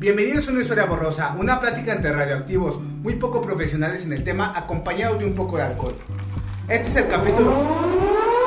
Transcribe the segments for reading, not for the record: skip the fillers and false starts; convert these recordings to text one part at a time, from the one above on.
Bienvenidos a una historia borrosa, una plática entre radioactivos muy poco profesionales en el tema, acompañados de un poco de alcohol. Este es el capítulo...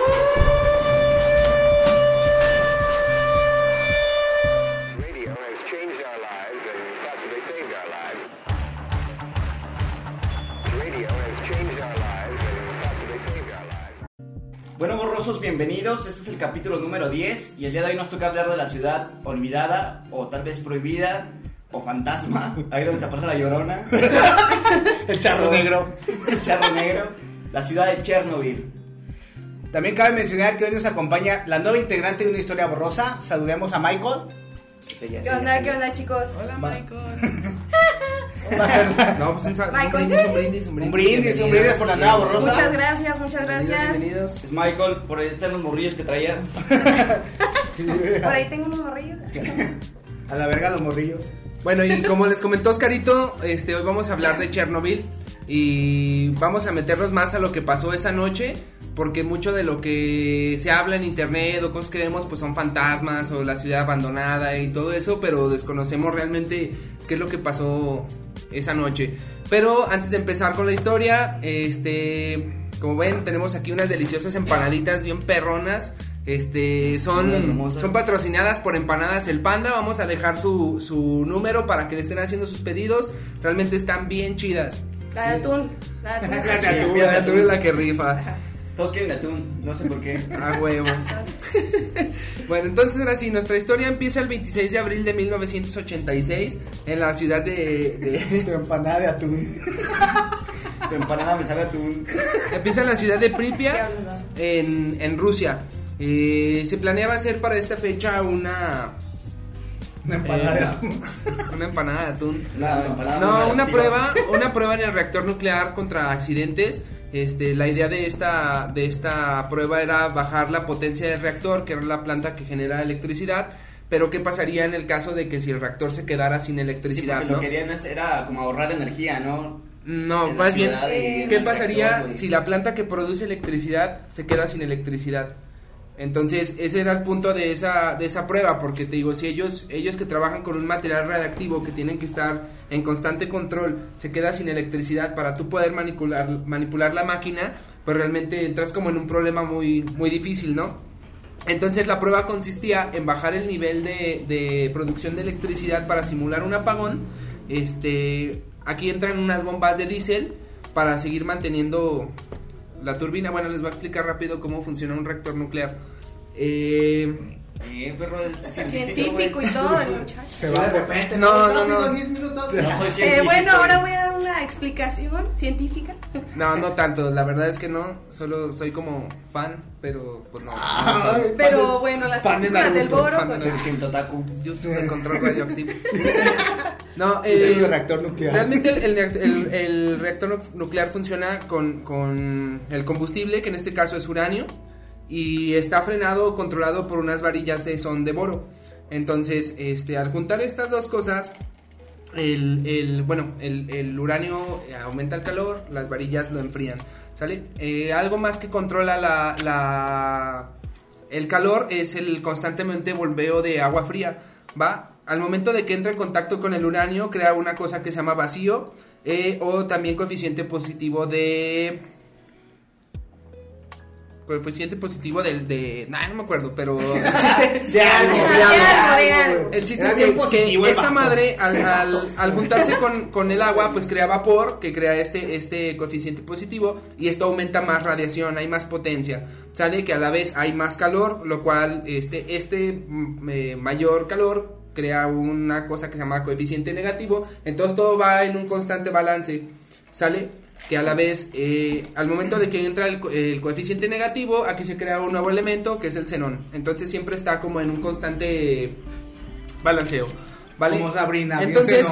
Bueno, borrosos, bienvenidos. Este es el capítulo número 10 y el día de hoy nos toca hablar de la ciudad olvidada o tal vez prohibida o fantasma, ahí donde se aparece la Llorona. El charro negro. El charro negro. La ciudad de Chernobyl. También cabe mencionar que hoy nos acompaña la nueva integrante de una historia borrosa. Saludemos a Michael. ¿Qué onda, chicos? Hola, Michael. Va a ser No, pues un brindis por la nueva borrosa. Muchas gracias. Bienvenidos. Es Michael, por ahí están los morrillos que traía. Por ahí tengo unos morrillos. A la verga los morrillos. Bueno, y como les comentó Oscarito, hoy vamos a hablar de Chernobyl y vamos a meternos más a lo que pasó esa noche, porque mucho de lo que se habla en internet o cosas que vemos pues son fantasmas o la ciudad abandonada y todo eso, pero desconocemos realmente qué es lo que pasó esa noche. Pero antes de empezar con la historia, como ven, tenemos aquí unas deliciosas empanaditas bien perronas. Son patrocinadas por Empanadas El Panda. Vamos a dejar su número para que le estén haciendo sus pedidos. Realmente están bien chidas. La de atún. La de atún es la que rifa. Todos quieren atún, no sé por qué. Ah, huevo. Bueno, entonces ahora sí, nuestra historia empieza el 26 de abril de 1986 en la ciudad de... Tu empanada de atún. Tu empanada me sabe a atún. Empieza en la ciudad de Pripyat, en Rusia. Se planeaba hacer para esta fecha una empanada de atún. Una empanada de atún. Una prueba en el reactor nuclear contra accidentes. La idea de esta prueba era bajar la potencia del reactor, que era la planta que genera electricidad. Pero ¿qué pasaría en el caso de que si el reactor se quedara sin electricidad? Sí, lo que querían era como ahorrar energía, ¿no? No, más bien, ¿qué pasaría si la planta que produce electricidad se queda sin electricidad? Entonces, ese era el punto de esa prueba, porque te digo, si ellos que trabajan con un material radiactivo que tienen que estar en constante control, se queda sin electricidad para tú poder manipular la máquina, pues realmente entras como en un problema muy, muy difícil, ¿no? Entonces la prueba consistía en bajar el nivel de producción de electricidad para simular un apagón. Aquí entran unas bombas de diésel para seguir manteniendo la turbina. Bueno, les voy a explicar rápido cómo funciona un reactor nuclear. Perro, científico y todo, el muchacho. Se va de repente. No. 10 minutos. No soy científico. Bueno, ahora voy a dar una explicación científica. No tanto, la verdad es que no. Solo soy como fan, pero pues no. Pero bueno, las películas del Boro, pues. Soy cientotaku. Yo soy el control radioactivo. No, el reactor nuclear. Realmente el reactor nuclear funciona con el combustible, que en este caso es uranio, y está frenado o controlado por unas varillas de son de boro. Entonces, al juntar estas dos cosas, el uranio aumenta el calor, las varillas lo enfrían, ¿sale? Algo más que controla el calor es el constantemente volveo de agua fría, ¿va? Al momento de que entra en contacto con el uranio, crea una cosa que se llama vacío, o también coeficiente positivo de no me acuerdo, pero de algo. El chiste es que esta madre al juntarse con el agua, pues crea vapor, que crea este coeficiente positivo, y esto aumenta más radiación, hay más potencia, sale que a la vez hay más calor, lo cual mayor calor crea una cosa que se llama coeficiente negativo. Entonces todo va en un constante balance, sale que a la vez, al momento de que entra el coeficiente negativo, aquí se crea un nuevo elemento que es el xenón. Entonces siempre está como en un constante balanceo, ¿vale? Como Sabrina. Entonces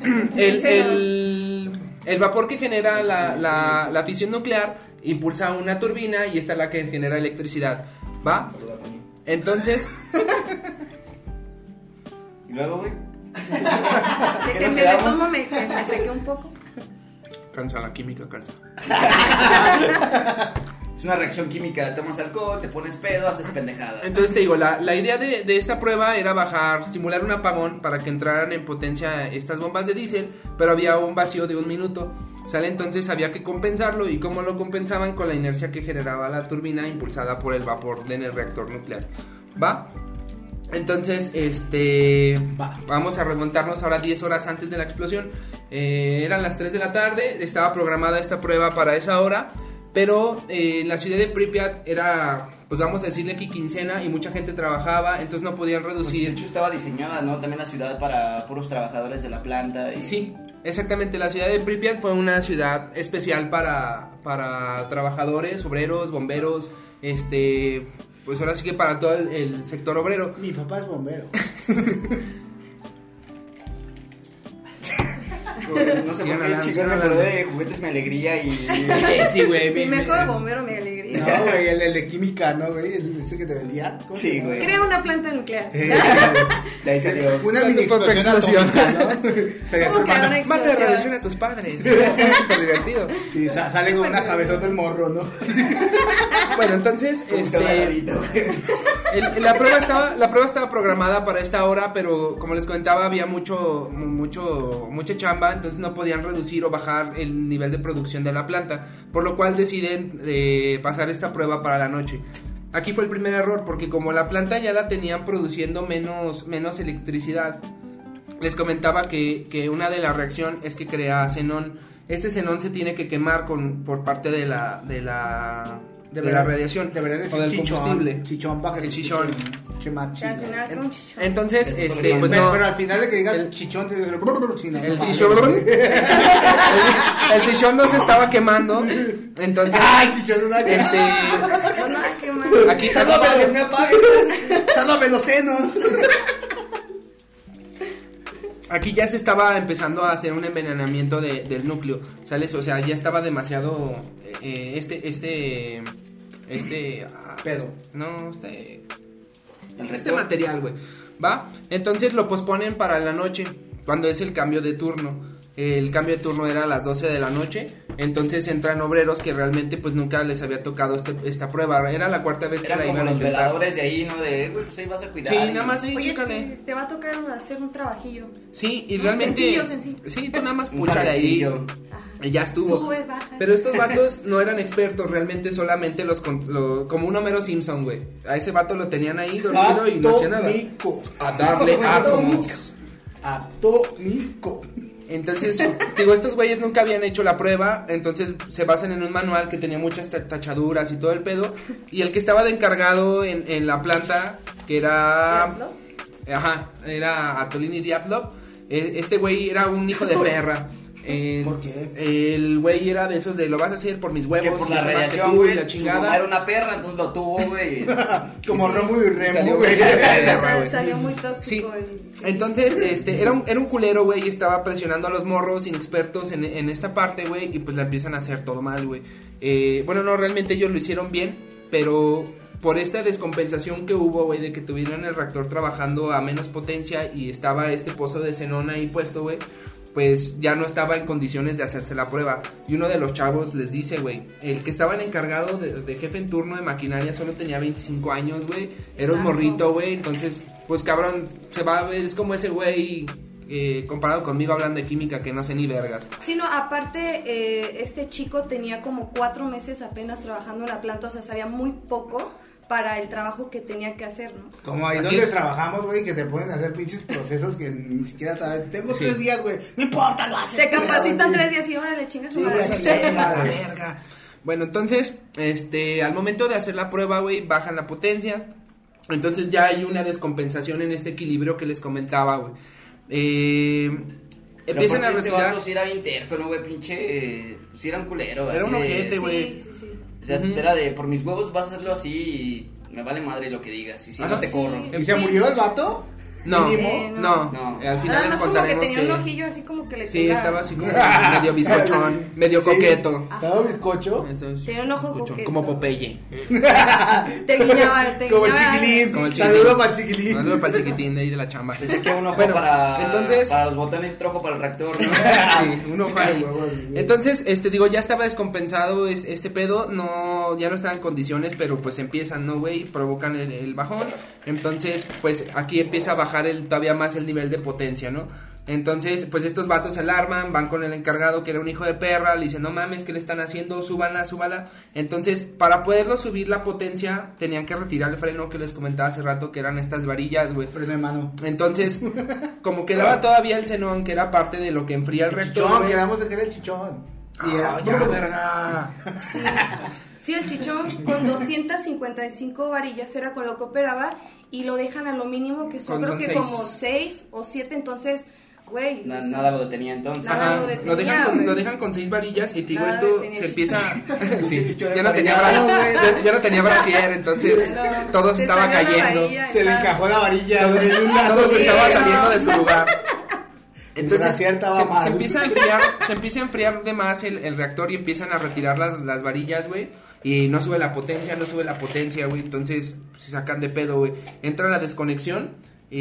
el vapor que genera la fisión nuclear impulsa una turbina, y esta es la que genera electricidad, ¿va? Entonces ¿y luego, güey? Déjenme de cómo me sequé un poco. Cansa la química, cansa. Es una reacción química, tomas alcohol, te pones pedo, haces pendejadas. Entonces te digo, la idea de esta prueba era simular un apagón para que entraran en potencia estas bombas de diésel, pero había un vacío de 1 minuto. ¿Sale? Entonces había que compensarlo. ¿Y cómo lo compensaban? Con la inercia que generaba la turbina impulsada por el vapor en el reactor nuclear. ¿Va? Entonces, vamos a remontarnos ahora 10 horas antes de la explosión. Eran las 3 de la tarde, estaba programada esta prueba para esa hora, pero la ciudad de Pripyat era, pues vamos a decirle que quincena y mucha gente trabajaba, entonces no podían reducir. Pues de hecho estaba diseñada, ¿no? También la ciudad para puros trabajadores de la planta. Sí, exactamente, la ciudad de Pripyat fue una ciudad especial para trabajadores, obreros, bomberos, pues ahora sí que para todo el sector obrero. Mi papá es bombero. No sé por qué, chicos, me acordé de Juguetes Mi Alegría y... Sí, güey. Mi mejor bombero, Mi Alegría. No, güey, el de química, ¿no, güey? Ese que te vendía. Sí, güey. Crea una planta nuclear. De ahí salió. Una mini explosión atómica, ¿no? ¿Cómo que una Mata de radiación a tus padres. Es súper divertido. Sí, sale con una cabezota del morro, ¿no? Bueno, entonces, la prueba estaba programada para esta hora, pero como les comentaba, había mucha chamba, entonces no podían reducir o bajar el nivel de producción de la planta, por lo cual deciden pasar esta prueba para la noche. Aquí fue el primer error, porque como la planta ya la tenían produciendo menos electricidad, les comentaba que una de las reacciones es que crea xenón. Este xenón se tiene que quemar por parte de la radiación o del combustible. Chichón, baja el chichón. Chichón. Entonces, pues pero, no. Pero al final de que digas chichón, te dices el chichón. El chichón no se estaba quemando. Entonces, ay, chichón, aquí sálvame los senos. Aquí ya se estaba empezando a hacer un envenenamiento del núcleo, ¿sales? O sea, ya estaba demasiado pedo. No, este material, güey. ¿Va? Entonces lo posponen para la noche, cuando es el cambio de turno. El cambio de turno era a las 12 de la noche. Entonces entran obreros que realmente pues nunca les había tocado esta prueba. Era la cuarta vez que la iban a los intentar. Veladores de ahí, ¿no? De, pues ahí vas a cuidar. Sí, nada más ahí, Oye, chécale. te va a tocar hacer un trabajillo. Sí, y realmente... Sencillo. Sí, tú nada más púchale ahí. Y ya estuvo. Subes, bajas. Pero estos vatos no eran expertos, realmente solamente como un Homero Simpson, güey. A ese vato lo tenían ahí dormido y no hacía nada. A darle átomos. Atómico. Entonces, digo, estos güeyes nunca habían hecho la prueba, entonces se basan en un manual que tenía muchas tachaduras y todo el pedo. Y el que estaba de encargado en la planta, que era... ¿Diablo? Ajá, era Atolini Diablov. Este güey era un hijo de perra. ¿Por qué? El güey era de esos de lo vas a hacer por mis huevos, por la y más que radiación, tú, güey, y la su chingada. mamá era una perra, entonces lo tuvo, güey. Como Sí. Rómulo y Remo, Salió güey. Salió muy tóxico. Sí. Entonces, era un culero, güey, y estaba presionando a los morros inexpertos en esta parte, güey, y pues la empiezan a hacer todo mal, güey. Bueno, no, realmente ellos lo hicieron bien, pero por esta descompensación que hubo, güey, de que tuvieron el reactor trabajando a menos potencia y estaba este pozo de xenón ahí puesto, güey, pues ya no estaba en condiciones de hacerse la prueba. Y uno de los chavos les dice, güey, el que estaba encargado de jefe en turno de maquinaria solo tenía 25 años, güey. Era un morrito, güey. Entonces, pues cabrón, se va a ver, es como ese güey comparado conmigo hablando de química que no sé ni vergas. Sí, no, aparte, este chico tenía como 4 meses apenas trabajando en la planta, o sea, sabía muy poco para el trabajo que tenía que hacer, ¿no? Como ahí Así donde es. trabajamos, güey, que te ponen a hacer pinches procesos que ni siquiera sabes. Tengo 3 días, güey. No importa, lo haces. Te capacitan güey. 3 días y órale, chingas su Sí, madre. güey, Sí, la verga. Bueno, entonces, al momento de hacer la prueba, güey, bajan la potencia. Entonces ya hay una descompensación en este equilibrio que les comentaba, güey. Empiezan a retirar. Ese vato sí era bien terco, ¿no, güey? Pinche... Sí era un culero, Era así un de- ojete, güey. Sí. O sea, era de, por mis huevos vas a hacerlo así y me vale madre lo que digas. Y si Ajá, no te sí. corro. ¿Y se murió el vato? No, mínimo. no. Al final Nada les más como que contaremos tenía que... un ojillo así como que le Sí, pegaba. estaba así como medio bizcochón, medio Sí, coqueto. Estaba bizcocho. Tenía un ojo Bizcochón, coqueto. como Popeye. Te guiñaba. Como el chiquilín. Como el Saludos para el chiquilín. Saludos para el chiquitín de ahí de la chamba. Dice que un ojo Bueno, para, entonces- para los botones, otro ojo para el reactor, ¿no? Sí, un ojo ahí. Entonces, digo, ya estaba descompensado este pedo, ya no estaba en condiciones, pero pues empiezan, ¿no, güey? Provocan el bajón. Entonces, pues aquí empieza a bajar todavía más el nivel de potencia, ¿no? Entonces, pues estos vatos se alarman, van con el encargado que era un hijo de perra, le dicen, no mames, ¿qué le están haciendo? Súbala. Entonces, para poderlo subir la potencia, tenían que retirar el freno que les comentaba hace rato, que eran estas varillas, güey. Freno de mano. Entonces, como quedaba todavía el xenón, que era parte de lo que enfría el reactor, Chichón, güey. quedamos de que era el chichón. Y Ah, era ya, verga. Sí, el chichón con 255 varillas era con lo que operaba y lo dejan a lo mínimo que son, creo Son que seis. como 6 o 7, entonces, güey. Nada lo detenía entonces. Nada. Ajá, lo detenía, lo güey. dejan con 6 varillas y te digo, Nada esto detenía se el empieza sí, chichón ya no tenía empareado, brasier, ya no tenía brasier, entonces No, todo se se estaba salió la cayendo, varilla, Se le estaba- encajó la varilla, güey. todo se Sí, estaba no. saliendo de su lugar. El Entonces brasier estaba se mal. empieza a enfriar de más el reactor y empiezan a retirar las varillas, güey. Y no sube la potencia, güey. Entonces se sacan de pedo, güey. Entra la desconexión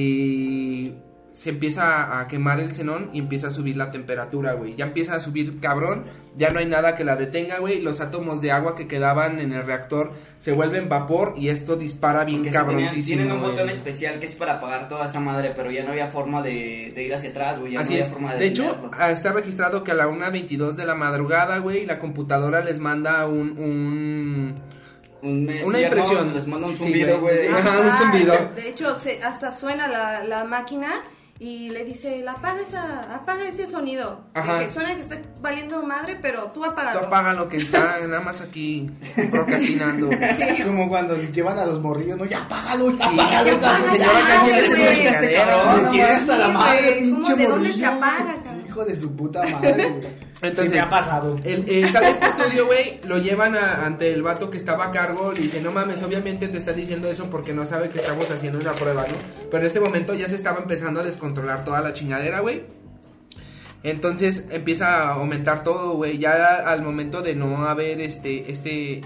y se empieza a quemar el xenón y empieza a subir la temperatura, güey. Ya empieza a subir cabrón, ya no hay nada que la detenga, güey. Los átomos de agua que quedaban en el reactor se vuelven vapor y esto dispara bien Porque cabroncísimo. tienen un güey. botón especial que es para apagar toda esa madre, pero ya no había forma de ir hacia atrás, güey. Ya Así no había es. forma De hecho, detenerlo. está registrado que a la 1:22 de la madrugada, güey, la computadora les manda una impresión. Les manda un Sí, zumbido, güey. Ajá, un zumbido. De hecho, hasta suena la máquina y le dice, apaga ese sonido. Ajá. Que suena que está valiendo madre, pero tú apágalo. Tú apaga lo que está nada más aquí procrastinando. Como cuando llevan a los morrillos, no, ya apágalo, Sí, apágalo, cabrón. señora, Ya, cállese, güey. chingadera. Me tiene hasta la Sí, madre, güey, pinche ¿cómo de dónde morrillo. se apaga, güey. cabrón? Hijo de su puta madre, güey. Entonces, Sí, me ha pasado. Sale este estudio, güey, lo llevan ante el vato que estaba a cargo, le dice, no mames, obviamente te están diciendo eso porque no sabe que estamos haciendo una prueba, ¿no? Pero en este momento ya se estaba empezando a descontrolar toda la chingadera, güey. Entonces empieza a aumentar todo, güey, ya al momento de no haber este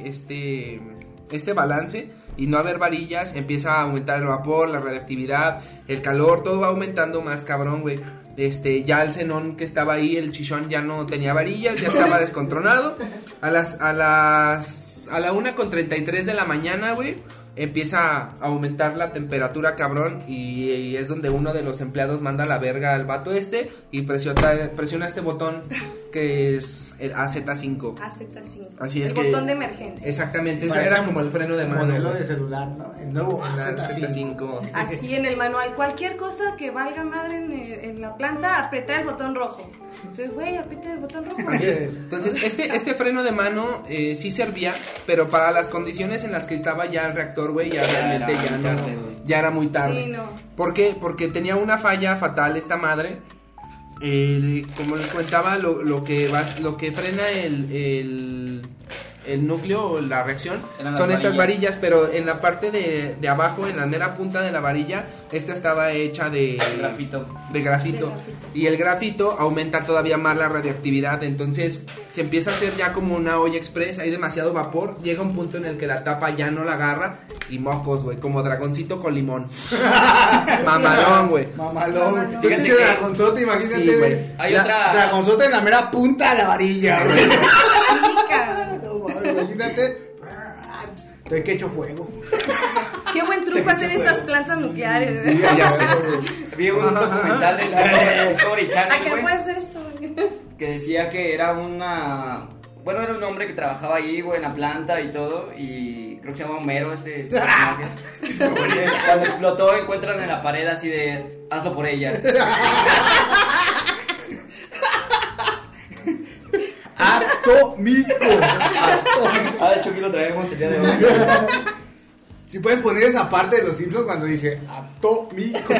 balance y no haber varillas, empieza a aumentar el vapor, la radiactividad, el calor, todo va aumentando más cabrón, güey. Ya el xenón que estaba ahí, el chichón ya no tenía varillas, ya estaba descontrolado. A la 1:33 de la mañana, güey, empieza a aumentar la temperatura, cabrón, y es donde uno de los empleados manda a la verga al vato y presiona este botón que es el AZ5. AZ5. Así es el que botón de emergencia. Exactamente, ese Parece era como el freno de mano. Modelo güey. de celular, ¿no? El nuevo El AZ5. AZ5. Así en el manual, cualquier cosa que valga madre en la planta, apretar el botón rojo. Entonces, güey, aprieta el botón rojo. Así es. Entonces, este freno de mano sí servía, pero para las condiciones en las que estaba ya el reactor, güey, ya realmente era ya muy no, tarde, güey. ya era muy tarde. Sí, no. ¿Por qué? Porque tenía una falla fatal esta madre. Como les comentaba, lo que frena el núcleo o la reacción Eran las son estas varillas. varillas, pero en la parte de abajo, en la mera punta de la varilla, esta estaba hecha de Grafito. de grafito. De grafito. Y el grafito aumenta todavía más la radioactividad, entonces se empieza a hacer ya como una olla express, hay demasiado vapor, llega un punto en el que la tapa ya no la agarra y mocos, güey, como dragoncito con limón. Mamalón, güey. Mamalón. Mamalón. Fíjate Fíjate que- dragonzote, imagínate, Sí, güey. güey. Hay La- otra. Dragonzote en la mera punta de la varilla, güey. Chica. No, mames, imagínate. Estoy que echo fuego. Qué buen truco hacer estas plantas nucleares. ¿eh? Ya sé. Vi un documental de la Discovery ¿A Channel, qué güey, puede hacer esto? güey? que decía que era era un hombre que trabajaba ahí, güey, en la planta y todo, y creo que se llama Homero este personaje. Entonces, cuando explotó, encuentran en la pared así de, hazlo por ella. Atómico. Ah, de hecho aquí lo traemos el día de hoy. Si puedes poner esa parte de los Simpsons cuando dice atómico.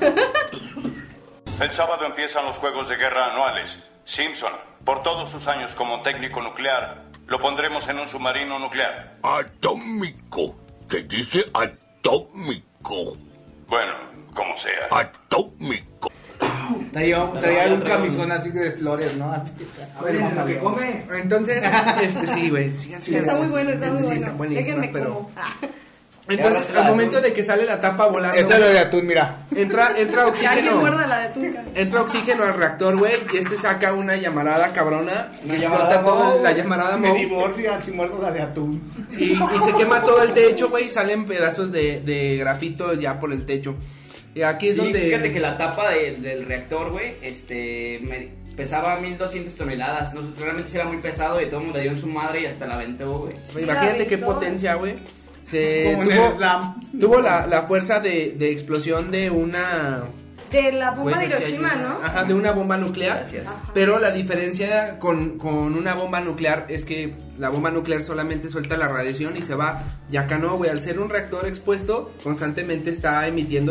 El sábado empiezan los Juegos de Guerra anuales. Simpson, por todos sus años como técnico nuclear, lo pondremos en un submarino nuclear. Atómico. Se dice atómico. Bueno, como sea. Atómico. Traía un camisón así de flores, ¿no? Así que, a ver, mamá, ¿qué come? Entonces, sí, güey, sigan. Está muy bueno, está muy Sí, bueno. están buenísimas, Déjenme pero... como. Entonces, al momento de que sale la tapa volando, Esta es la de atún, mira. entra Que alguien oxígeno. muerda la de tunca. Entra oxígeno al reactor, güey, y saca una llamarada cabrona que Una explota llamarada todo, Moe. la llamarada Me Moe, divorcio si muerdo la de atún. y se quema todo el techo, güey, y salen pedazos de grafito ya por el techo. Y aquí es Sí, donde... fíjate que la tapa del reactor, güey, pesaba 1200 toneladas. No, realmente sí era muy pesado y todo el mundo le dio en su madre y hasta la aventó, güey. Imagínate qué aventó. potencia, güey. Como en el slam. Tuvo la fuerza de explosión de una... De la bomba Güey, de Hiroshima, ¿no? Ajá, de una bomba nuclear. Gracias. Ajá. Pero la diferencia con una bomba nuclear es que la bomba nuclear solamente suelta la radiación y se va. Y acá no, güey, al ser un reactor expuesto, constantemente está emitiendo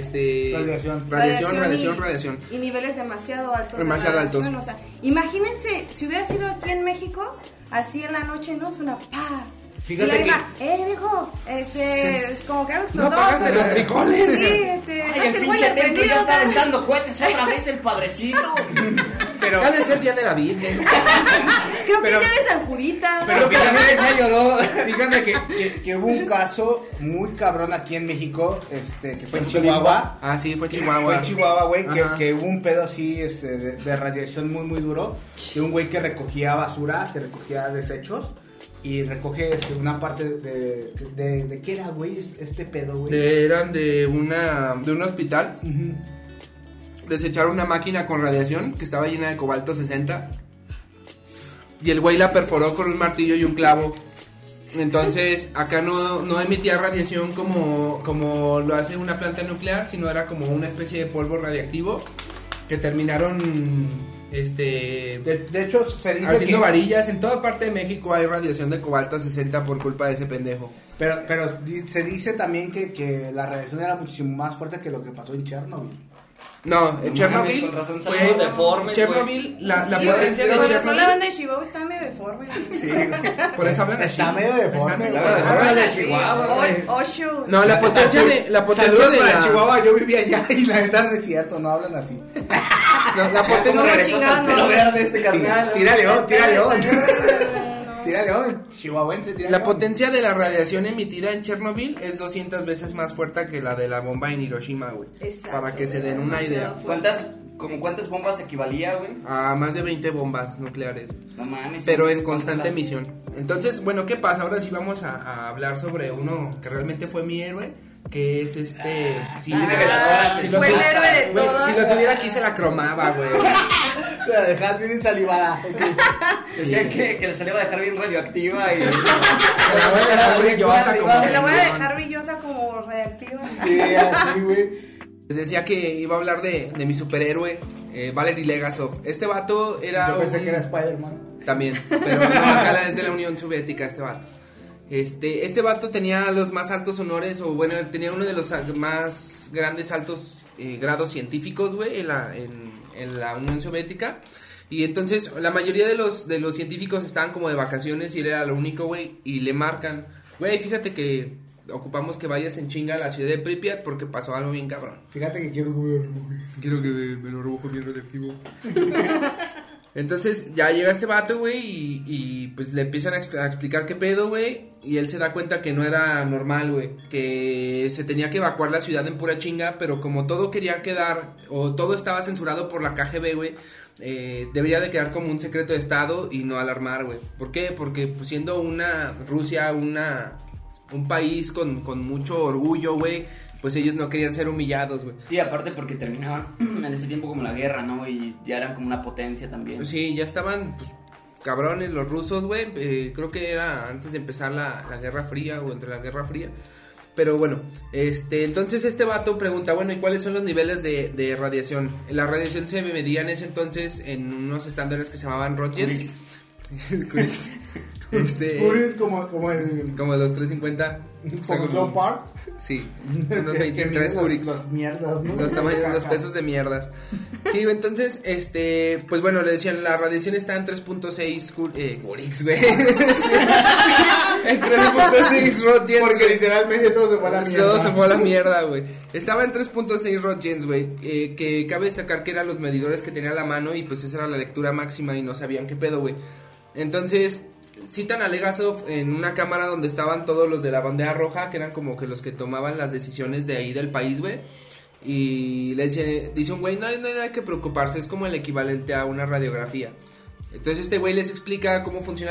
radiación. Y niveles demasiado altos. Demasiado de radiación, altos. O sea, imagínense, si hubiera sido aquí en México, así en la noche, ¿no? Suena pa. Fíjate y que- la viejo, como que algo No explotó. apagaste los frijoles. Sí, Ay, dejaste el el pinche boiler templo prendido, ya está tal. aventando cohetes otra vez el padrecito. Pero, Ha de ser día de la Virgen. Creo Pero- que es de San Judita. pero fíjate, ya lloró. fíjate que hubo un caso muy cabrón aquí en México, que fue en ¿En Chihuahua. Ah, sí, fue Fue Chihuahua. en Chihuahua, güey, Ajá. que hubo un pedo así, de radiación muy, muy duro. De un güey que recogía basura, que recogía desechos. Y recoge una parte de ¿qué era, güey? Este pedo, güey. Eran de un hospital. Ujú. Desecharon una máquina con radiación que estaba llena de cobalto 60. Y el güey la perforó con un martillo y un clavo. Entonces acá no emitía radiación como lo hace una planta nuclear, sino era como una especie de polvo radiactivo que terminaron De hecho, se dice haciendo que... varillas. En toda parte de México hay radiación de cobalto 60 por culpa de ese pendejo. Pero se dice también que la radiación era muchísimo más fuerte que lo que pasó en Chernobyl. No, en No Chernobyl mames, con razón fue salimos deformes, Chernobyl, la Sí, potencia de con razón la Chernobyl. banda de Chihuahua está medio deforme. Por eso hablan así. Está medio deforme, Está güey. medio Habla de Chihuahua, güey. Osho. No, la potencia de Saludos la para Chihuahua, yo vivía allá y la neta no es cierto, no hablan así. no, la ¿Cómo potencia regresó hasta el pelo verde este carnal? Tira león, tira león. No. Tira león, chihuahuense, tira La león. potencia de la radiación emitida en Chernobyl es 200 veces más fuerte que la de la bomba en Hiroshima, güey. Exacto, Para que se den una idea. demasiado ¿Cuántas bombas equivalía, güey? A más de 20 bombas nucleares, No mames. pero en sí, constante la- emisión. Entonces, bueno, ¿qué pasa? Ahora sí vamos a hablar sobre uno que realmente fue mi héroe, que es sí, reveladora, si sí. lo Fue el tuviera- héroe de güey, todas. si lo tuviera aquí se la cromaba, güey. La dejas bien salivada. Decían que le salía a dejar bien radioactiva y... Se la voy a dejar brillosa como Se la voy a señor. dejar brillosa como reactiva. Sí, así, güey. Les decía que iba a hablar de mi superhéroe, Valery Legasov. Este vato era Yo pensé un- que era Spider-Man. También, pero no, acá es de la Unión Soviética este vato. Este vato tenía los más altos honores, o bueno, tenía uno de los más grandes altos grados científicos, güey, en la Unión Soviética. Y entonces la mayoría de los científicos estaban como de vacaciones y él era el único, güey, y le marcan, güey, fíjate que ocupamos que vayas en chinga a la ciudad de Pripyat porque pasó algo bien cabrón. Fíjate que quiero comer. Quiero que me lo robo bien radioactivo. Entonces ya llega este vato, güey, y pues le empiezan a explicar qué pedo, güey. Y él se da cuenta que no era normal, güey. Que se tenía que evacuar la ciudad en pura chinga, pero como todo quería quedar, o todo estaba censurado por la KGB, güey, debería de quedar como un secreto de estado y no alarmar, güey. ¿Por qué? Porque pues, siendo una Rusia, un país con mucho orgullo, güey, pues ellos no querían ser humillados, güey. Sí, aparte porque terminaban en ese tiempo como la guerra, ¿no? Y ya eran como una potencia también. Sí, ya estaban, pues, cabrones los rusos, güey. Creo que era antes de empezar la Guerra Fría o entre la Guerra Fría. Pero bueno, entonces este vato pregunta, bueno, ¿y cuáles son los niveles de radiación? La radiación se medía en ese entonces en unos estándares que se llamaban Roentgens. Goonies como el... Como los 350. Como Joe Park. Sí, unos 23 Curix. Los mierdas, ¿no? Los tamaños, los pesos de mierdas. Sí, entonces, pues bueno, le decían, la radiación está en 3.6 Curix, güey. En 3.6 Roentgens. Porque literalmente todo se fue a la mierda. Todo se fue a la mierda, güey. Estaba en 3.6 Roentgens, güey. Que cabe destacar que eran los medidores que tenía a la mano y pues esa era la lectura máxima y no sabían qué pedo, güey. Entonces, citan a Legasov en una cámara donde estaban todos los de la bandera roja, que eran como que los que tomaban las decisiones de ahí del país, güey. Y le dice un güey, no hay nada que preocuparse, es como el equivalente a una radiografía. Entonces este güey les explica cómo funciona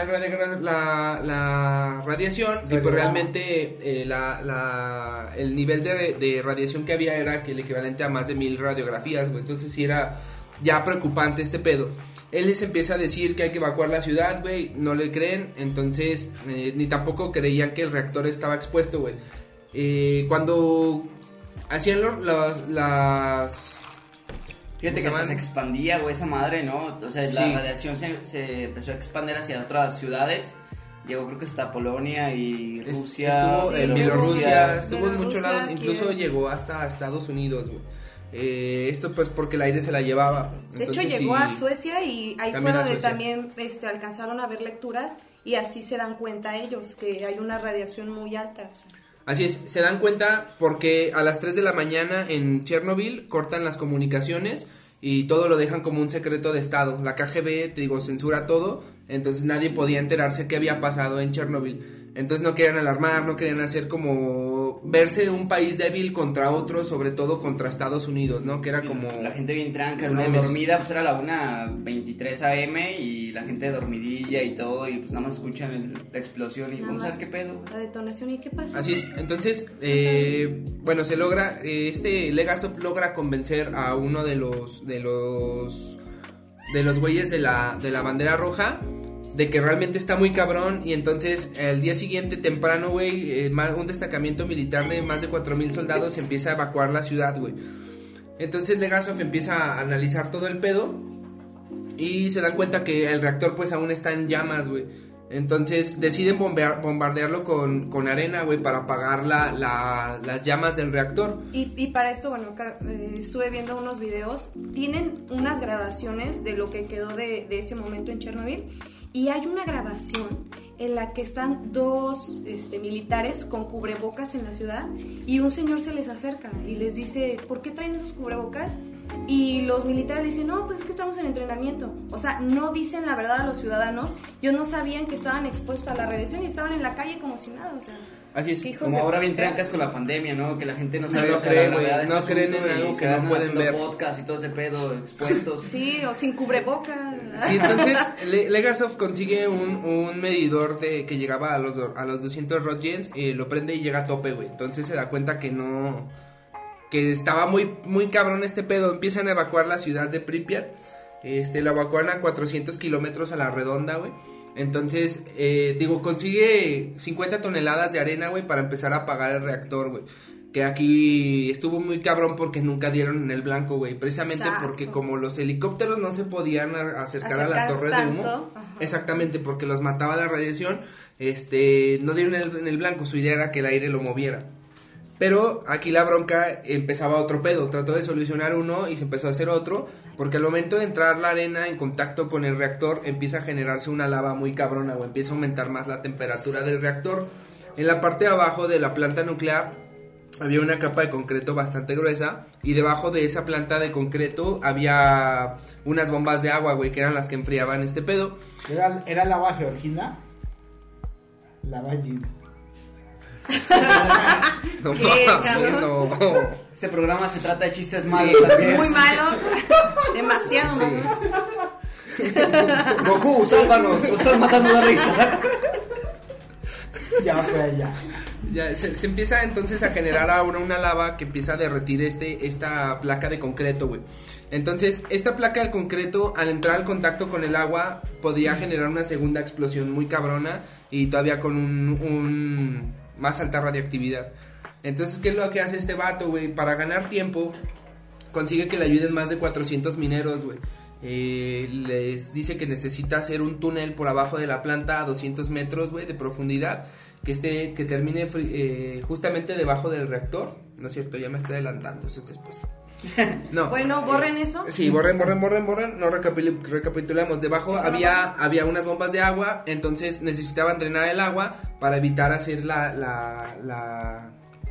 la radiación y pues realmente el nivel de radiación que había era que el equivalente a más de 1000 radiografías, güey. Entonces sí era ya preocupante este pedo. Él les empieza a decir que hay que evacuar la ciudad, güey, no le creen, entonces ni tampoco creían que el reactor estaba expuesto, güey. Cuando hacían las... Fíjate que se expandía, güey, esa madre, ¿no? O sea, sí. La radiación se empezó a expandir hacia otras ciudades. Llegó creo que hasta Polonia y Rusia. Estuvo en Bielorrusia, estuvo en muchos lados, incluso llegó hasta Estados Unidos, güey. Esto pues porque el aire se la llevaba. De hecho llegó a Suecia y ahí fue donde también alcanzaron a ver lecturas y así se dan cuenta ellos que hay una radiación muy alta. O sea. Así es, se dan cuenta porque a las 3 de la mañana en Chernobyl cortan las comunicaciones y todo lo dejan como un secreto de estado. La KGB, te digo, censura todo, entonces nadie podía enterarse qué había pasado en Chernobyl. Entonces no querían alarmar, no querían hacer como verse un país débil contra otro, sobre todo contra Estados Unidos, ¿no? Que era como... La gente bien tranca, dormida, pues era la 1:23 AM y la gente dormidilla y todo, y pues nada más escuchan la explosión y vamos a ver qué pedo. La detonación y qué pasó. Así es, entonces, bueno, se logra, Legasov logra convencer a uno de los güeyes de la bandera roja de que realmente está muy cabrón. Y entonces el día siguiente temprano, güey, un destacamento militar de más de 4000 soldados empieza a evacuar la ciudad, güey. Entonces Legasov empieza a analizar todo el pedo y se dan cuenta que el reactor pues aún está en llamas, güey. Entonces deciden bombardearlo con arena, güey, para apagar las llamas del reactor. Y para esto, bueno, estuve viendo unos videos. Tienen unas grabaciones de lo que quedó de ese momento en Chernobyl. Y hay una grabación en la que están dos militares con cubrebocas en la ciudad y un señor se les acerca y les dice, ¿por qué traen esos cubrebocas? Y los militares dicen, no, pues es que estamos en entrenamiento. O sea, no dicen la verdad a los ciudadnos. Ellos no sabían que estaban expuestos a la radiación y estaban en la calle como si nada, o sea. Así es. Como ahora bien trancas con la pandemia, ¿no? Que la gente no sabe. No cree, güey. No creen en algo que no pueden ver. Podcast y todo ese pedo expuestos. Sí, o sin cubrebocas. Sí, entonces Legasov consigue un medidor que llegaba a los 200 Roentgens, lo prende y llega a tope, güey. Entonces se da cuenta que no... que estaba muy, muy cabrón este pedo. Empiezan a evacuar la ciudad de Pripyat. La evacuan a 400 kilómetros a la redonda, güey. Entonces, consigue 50 toneladas de arena, güey, para empezar a apagar el reactor, güey. Que aquí estuvo muy cabrón porque nunca dieron en el blanco, güey. Precisamente porque como los helicópteros no se podían acercar a la torre de humo. Ajá. Exactamente, porque los mataba la radiación, no dieron en el blanco. Su idea era que el aire lo moviera. Pero aquí la bronca empezaba otro pedo. Trató de solucionar uno y se empezó a hacer otro, porque al momento de entrar la arena en contacto con el reactor empieza a generarse una lava muy cabrona, o empieza a aumentar más la temperatura del reactor. En la parte de abajo de la planta nuclear había una capa de concreto bastante gruesa, y debajo de esa planta de concreto había unas bombas de agua, güey, que eran las que enfriaban este pedo. ¿Era lava georgina? Lava georgina. No, no. Este programa se trata de chistes malos también. Muy malos. Demasiado. Sí. Goku, sálvanos, nos están matando de risa. Ya, se empieza entonces a generar ahora una lava que empieza a derretir esta placa de concreto, güey. Entonces, esta placa de concreto, al entrar al contacto con el agua, podía generar una segunda explosión muy cabrona y todavía con un más alta radioactividad. Entonces, ¿qué es lo que hace este vato, güey? Para ganar tiempo, consigue que le ayuden más de 400 mineros, güey. les dice que necesita hacer un túnel por abajo de la planta a 200 metros, güey, de profundidad, que termine justamente debajo del reactor. No es cierto, ya me estoy adelantando, eso es después. No. Bueno, borren eso. Sí, borren. No recapitulamos. Debajo había unas bombas de agua, entonces necesitaban drenar el agua para evitar hacer la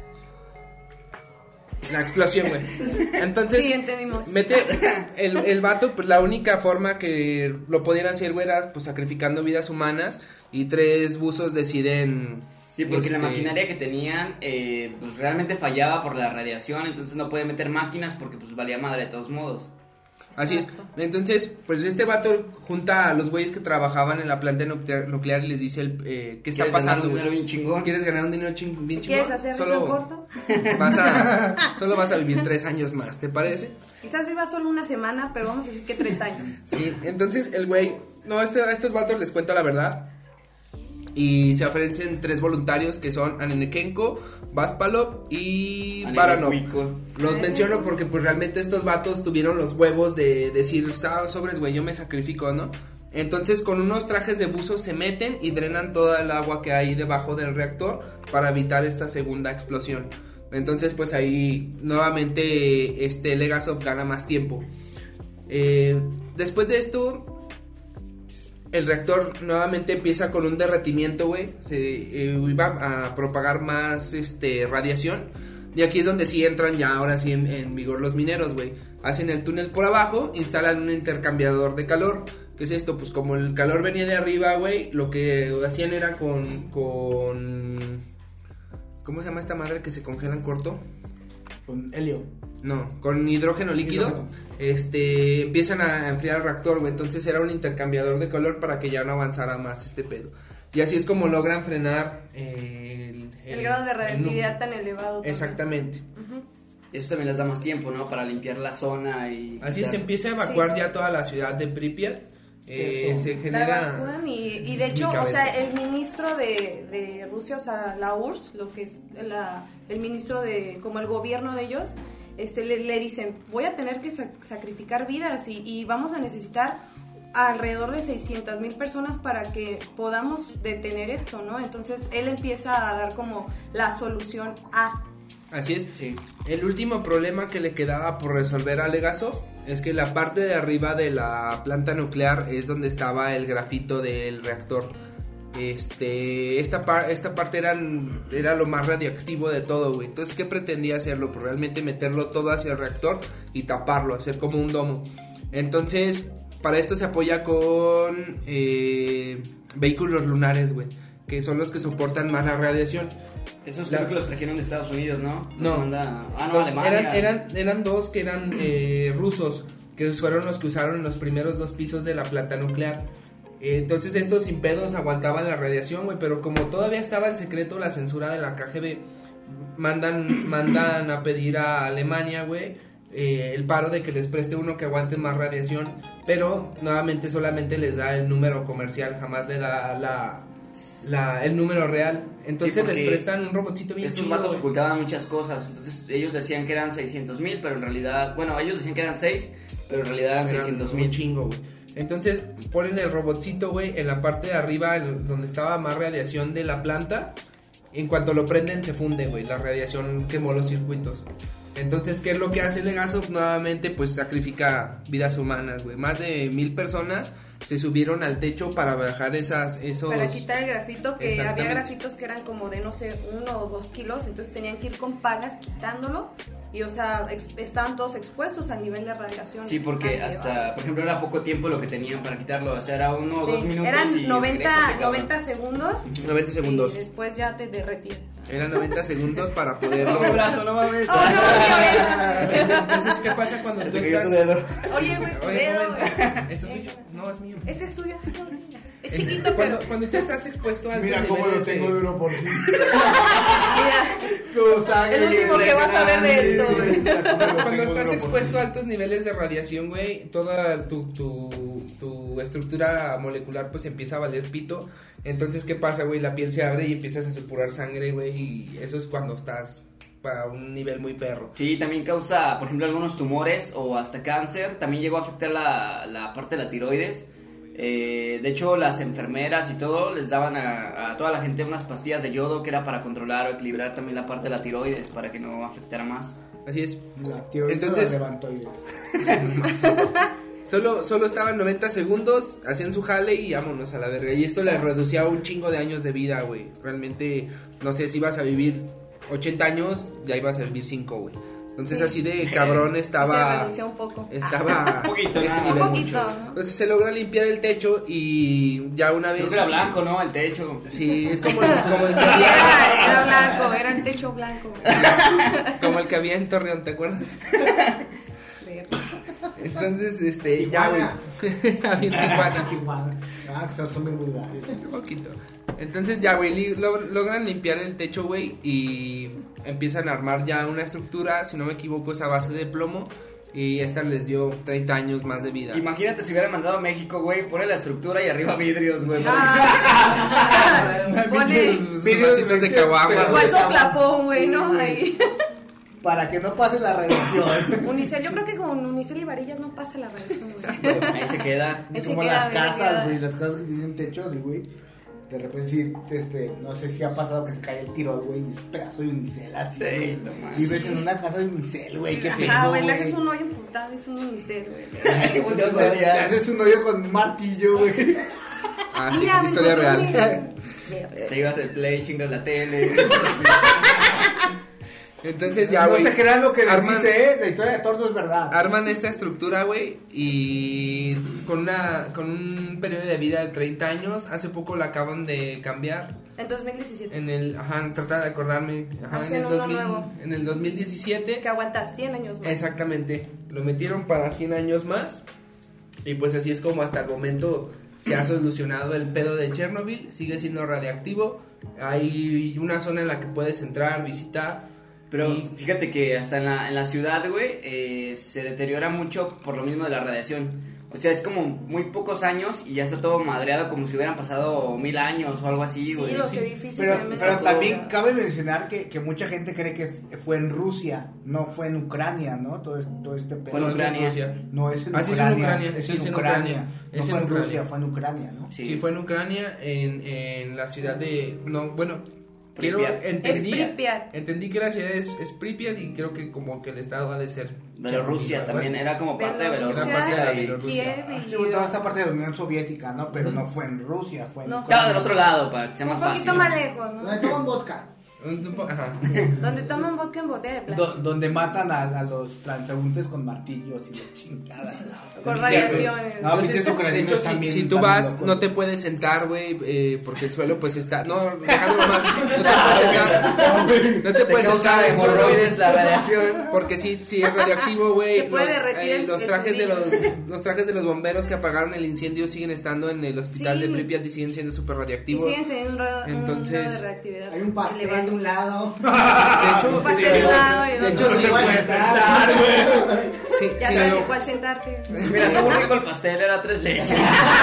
explosión, güey. Entonces, sí, entendimos. Mete el vato, pues la única forma que lo podían hacer, güey, era pues sacrificando vidas humanas, y 3 buzos deciden... Sí, porque la maquinaria que tenían, pues realmente fallaba por la radiación, entonces no podían meter máquinas porque pues valía madre de todos modos. Así es. Entonces, pues este vato junta a los güeyes que trabajaban en la planta nuclear y les dice ¿qué está pasando, güey? ¿Quieres ganar un dinero bien chingón? ¿Quieres hacer rico corto? Solo vas a vivir 3 años más, ¿te parece? Quizás viva solo una semana, pero vamos a decir que 3 años. Sí, entonces el güey, a estos vatos les cuenta la verdad. Y se ofrecen 3 voluntarios que son Anenekenko, Vaspalov y Baranov. Los menciono porque pues realmente estos vatos tuvieron los huevos de decir, sobres, güey, yo me sacrifico, ¿no? Entonces con unos trajes de buzo se meten y drenan toda el agua que hay debajo del reactor para evitar esta segunda explosión. Entonces pues ahí nuevamente Legasov gana más tiempo. Después de esto... El reactor nuevamente empieza con un derretimiento, güey. Se iba a propagar más radiación. Y aquí es donde sí entran ya ahora sí en vigor los mineros, güey. Hacen el túnel por abajo, instalan un intercambiador de calor. ¿Qué es esto? Pues como el calor venía de arriba, güey, lo que hacían era con ¿cómo se llama esta madre que se congela en corto? Con helio. No, con hidrógeno líquido. Empiezan a enfriar el reactor, güey. Entonces era un intercambiador de calor para que ya no avanzara más este pedo. Y así es como logran frenar el grado de radioactividad tan elevado. Exactamente. Uh-huh. Eso también les da más tiempo, ¿no? Para limpiar la zona y... Así se empieza a evacuar ya toda la ciudad de Pripyat. Se genera... Y de hecho, o sea, el ministro de Rusia, o sea, la URSS, lo que es el ministro de, como el gobierno de ellos, le dicen, voy a tener que sacrificar vidas y vamos a necesitar alrededor de 600,000 personas para que podamos detener esto, ¿no? Entonces él empieza a dar como la solución a... Así es. Sí. El último problema que le quedaba por resolver a Legasov es que la parte de arriba de la planta nuclear es donde estaba el grafito del reactor. Esta parte era lo más radioactivo de todo, güey. Entonces, ¿qué pretendía hacerlo? Pues realmente meterlo todo hacia el reactor y taparlo, hacer como un domo. Entonces, para esto se apoya con vehículos lunares, güey, que son los que soportan más la radiación. Esos creo que los trajeron de Estados Unidos, ¿no? No, Alemania. Eran 2 que eran rusos, que fueron los que usaron en los primeros 2 pisos de la planta nuclear. Entonces estos sin pedos aguantaban la radiación, güey, pero como todavía estaba en secreto la censura de la KGB, mandan a pedir a Alemania, güey, el paro de que les preste uno que aguante más radiación, pero nuevamente solamente les da el número comercial, jamás le da el número real. Entonces les prestan un robotcito bien chido. Estos vatos ocultaban muchas cosas. Entonces ellos decían que eran 600,000, pero en realidad, bueno, ellos decían que eran 6, pero en realidad eran 600,000. Un chingo, güey. Entonces ponen el robotcito, güey, en la parte de arriba, donde estaba más radiación de la planta. En cuanto lo prenden se funde, güey, la radiación quemó los circuitos. Entonces, ¿qué es lo que hace Legasov? Nuevamente, pues sacrifica vidas humanas, güey. Más de 1,000 personas se subieron al techo para bajar esos... Para quitar el grafito, que había grafitos que eran como de, no sé, 1 o 2 kilos, entonces tenían que ir con palas quitándolo. Y, o sea, estaban todos expuestos al nivel de radiación. Sí, porque hasta, por ejemplo, era poco tiempo lo que tenían para quitarlo. O sea, era 1 o 2 minutos. Eran 90 segundos. 90 segundos. Y después ya te derretías. Eran 90 segundos para poderlo... No, brazo, no mames. Oh, no, entonces, ¿qué pasa cuando tú estás...? Oye, güey, tu dedo. ¿Esto es suyo? No, es mío. Este es tuyo. Es chiquito, pero... Cuando tú estás expuesto a altos niveles... Mira cómo lo tengo de uno por ti. Mira, el último que vas a ver de esto, güey. Cuando estás expuesto a altos niveles de radiación, güey, toda tu estructura molecular pues empieza a valer pito. Entonces, ¿qué pasa, güey? La piel se abre y empiezas a supurar sangre, güey, y eso es cuando estás para un nivel muy perro. Sí, también causa, por ejemplo, algunos tumores o hasta cáncer. También llegó a afectar la parte de la tiroides. De hecho, las enfermeras y todo les daban a toda la gente unas pastillas de yodo que era para controlar o equilibrar también la parte de la tiroides para que no afectara más. Así es. La tiroides. Entonces, la levantoides. Solo estaban 90 segundos, hacían su jale y vámonos a la verga. Y esto le reducía un chingo de años de vida, güey. Realmente, no sé, si ibas a vivir 80 años, ya ibas a vivir 5, güey. Entonces así de cabrón estaba... se redució un poco. Estaba... Un poquito, este ¿no? nivel Un poquito, mucho. ¿no? Entonces se logra limpiar el techo y ya una vez... Creo que era blanco, ¿no? El techo. Sí, es como el que Era blanco, era el techo blanco. como el que había en Torreón, ¿te acuerdas? Entonces, ya, güey. Había en Tijuana. Que son bien vulgares. un poquito. Entonces ya, güey, logran limpiar el techo, güey, y empiezan a armar ya una estructura, si no me equivoco, es a base de plomo. Y esta les dio 30 años más de vida. Imagínate si hubieran mandado a México, güey, pone la estructura y arriba vidrios, güey. Pone Vidrios de caguama. igual plafón, güey, ¿no? Ahí. Para que no pase la radiación. Unicel, yo creo que con Unicel y varillas no pasa la radiación, güey. Ahí se queda. Ahí se Como queda, las güey, casas, queda. güey. Las casas que tienen techos, güey. De repente sí, no sé si ha pasado que se cae el tiro, güey, y es un pedazo de unicel así, Sí, güey. no mames. Vives en una casa de unicel, güey, qué Ajá, pedo, güey, le güey. haces un hoyo emputado, es un Unicel, güey. Entonces, le haces un hoyo con un martillo, güey. Ah, sí, Mira, historia me real. encontré Te ibas al play, chingas la tele. Entonces ya, No güey, se crean lo que les arman- dice, la historia de Tordo es verdad. arman esta estructura, güey, y con un periodo de vida de 30 años, hace poco la acaban de cambiar. En 2017. Trata de acordarme, Hacen uno nuevo. en el 2017. Que aguanta 100 años más. Exactamente, lo metieron para 100 años más. Y pues así es como hasta el momento se ha solucionado el pedo de Chernobyl. Sigue siendo radiactivo. Hay una zona en la que puedes entrar, visitar. Pero y fíjate que hasta en la ciudad, güey, se deteriora mucho por lo mismo de la radiación. O sea, es como muy pocos años y ya está todo madreado como si hubieran pasado 1000 años o algo así, Sí, güey. los Sí. edificios Pero también están también todos- cabe mencionar que mucha gente cree que fue en Rusia, no fue en Ucrania, ¿no? Todo este pedo. Fue en Ucrania. No, es en Ah, sí, es Ucrania. en Ucrania. Es Sí, en es en Ucrania. Ucrania. No Es fue en en Rusia, Ucrania. fue en Ucrania, ¿no? Sí, fue en Ucrania, en la ciudad de... No, bueno, Pripyat. entendí que la ciudad es Pripyat y creo que como que el estado ha de ser... Bielorrusia algo también así. era como parte de Bielorrusia, Bielorrusia. Era parte de y- Bielorrusia. Kiev y... Sí, toda esta parte de la Unión Soviética, ¿no? Pero no fue en Rusia, fue en No. Ucrania. Estaba del otro lado para que sea Un más poquito fácil. más lejos, ¿no? Donde toman vodka. Ajá. Donde toman vodka en botella de plástico. Donde matan a los transeúntes con martillos y la chingada. Con radiaciones. No, Entonces, pinches de ucranianos hecho, también si tú están vas, locos. no te puedes sentar, güey, porque el suelo pues está... No, dejándolo más, no te puedes sentar. No te Te puedes causa sentar en el suelo. hemorroides la radiación. Porque sí es radioactivo, güey. Se puede derretir Los el trajes de fundillo. los trajes de los bomberos que apagaron el incendio siguen estando en el hospital Sí. de Pripyat y siguen siendo súper Y radioactivos. siguen teniendo un grado Entonces, de reactividad. Hay un pastel elevado. de un lado. De hecho, Un pastel de un lado y el de hecho, otro. sí, No te güey. vayas a sentar, güey. Sí, Ya sí, sabes no, en cuál sentarte. Mira, estuvo rico el pastel, era 3 leches.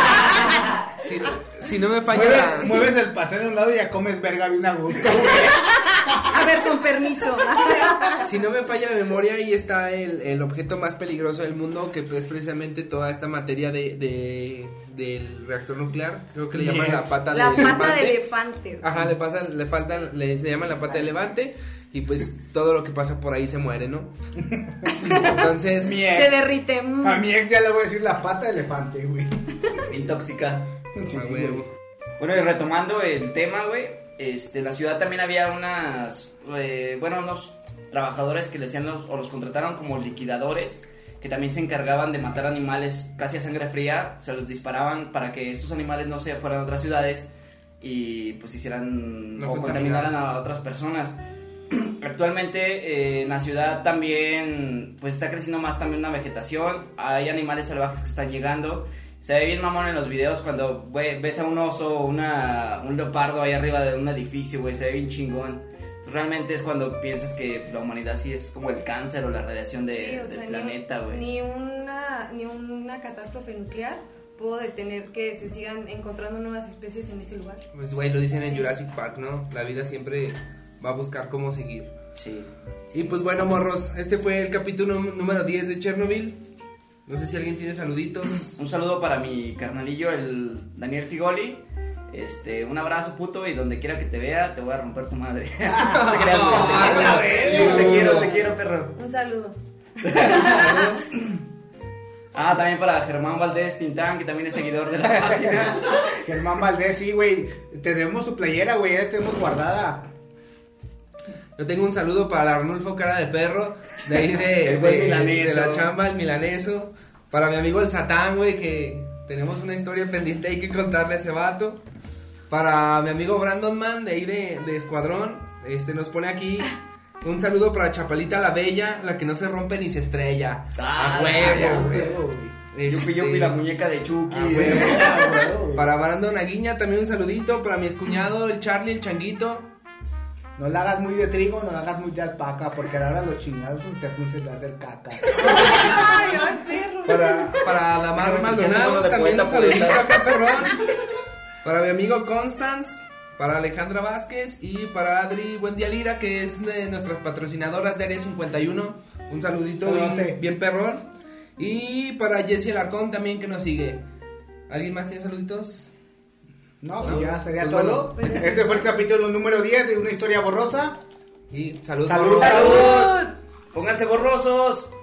si no me falla la... Mueves el pastel de un lado y ya comes verga bien a gusto, güey. A ver, con permiso. Si no me falla la memoria, ahí está el objeto más peligroso del mundo, que es precisamente toda esta materia del reactor nuclear. Creo que le llaman la pata La del pata de elefante. elefante. Ajá, se llama la pata de elefante. Y pues todo lo que pasa por ahí se muere, ¿no? Entonces, Mi Se ex, derrite. a mi ex ya le voy a decir la pata de elefante, güey. Bien tóxica. Sí, ah, güey. Bueno, y retomando el tema, güey, en la ciudad también había unos trabajadores que les hacían o los contrataron como liquidadores, que también se encargaban de matar animales casi a sangre fría, se los disparaban para que estos animales no se fueran a otras ciudades y pues hicieran No o contaminaran a otras personas. Actualmente en la ciudad también pues está creciendo más también una vegetación, hay animales salvajes que están llegando. Se ve bien mamón en los videos cuando ves a un oso o un leopardo ahí arriba de un edificio, güey, se ve bien chingón. Entonces realmente es cuando piensas que la humanidad sí es como el cáncer o la radiación del planeta, güey. Ni una catástrofe nuclear pudo detener que se sigan encontrando nuevas especies en ese lugar. pues güey, lo dicen en Jurassic Park, ¿no? La vida siempre va a buscar cómo seguir. Sí. Y pues bueno, morros, este fue el capítulo número 10 de Chernobyl. No sé si alguien tiene saluditos. Un saludo para mi carnalillo, el Daniel Figoli. Un abrazo, puto, y donde quiera que te vea, te voy a romper tu madre. No te creas, güey. Te quiero, perro. Un saludo. También para Germán Valdés Tintán, que también es seguidor de la página. Germán Valdés, sí, güey. Tenemos tu playera, güey, ya la tenemos guardada. Yo tengo un saludo para Arnulfo Cara de Perro, de ahí de la chamba, el milaneso. Para mi amigo el Satán, güey, que tenemos una historia pendiente ahí que contarle a ese vato. Para mi amigo Brandon Man, de ahí de Escuadrón, nos pone aquí un saludo para Chapalita la Bella, la que no se rompe ni se estrella. A huevo, güey. Yupi, la muñeca de Chucky. Para Brandon Aguiña también un saludito. Para mi excuñado, el Charlie, el Changuito. No la hagas muy de trigo, no la hagas muy de alpaca, porque a la hora de los chingados te funciona de hacer caca. Para Damar Maldonado también un saludito acá, perrón. Para mi amigo Constance, para Alejandra Vázquez y para Adri Buendía Lira, que es de nuestras patrocinadoras de Área 51. Un saludito bien perrón. Y para Jessie Alarcón también, que nos sigue. ¿Alguien más tiene saluditos? No, pues ya sería todo. Bueno. Este fue el capítulo número 10 de Una Historia Borrosa. Y salud. Pónganse borrosos.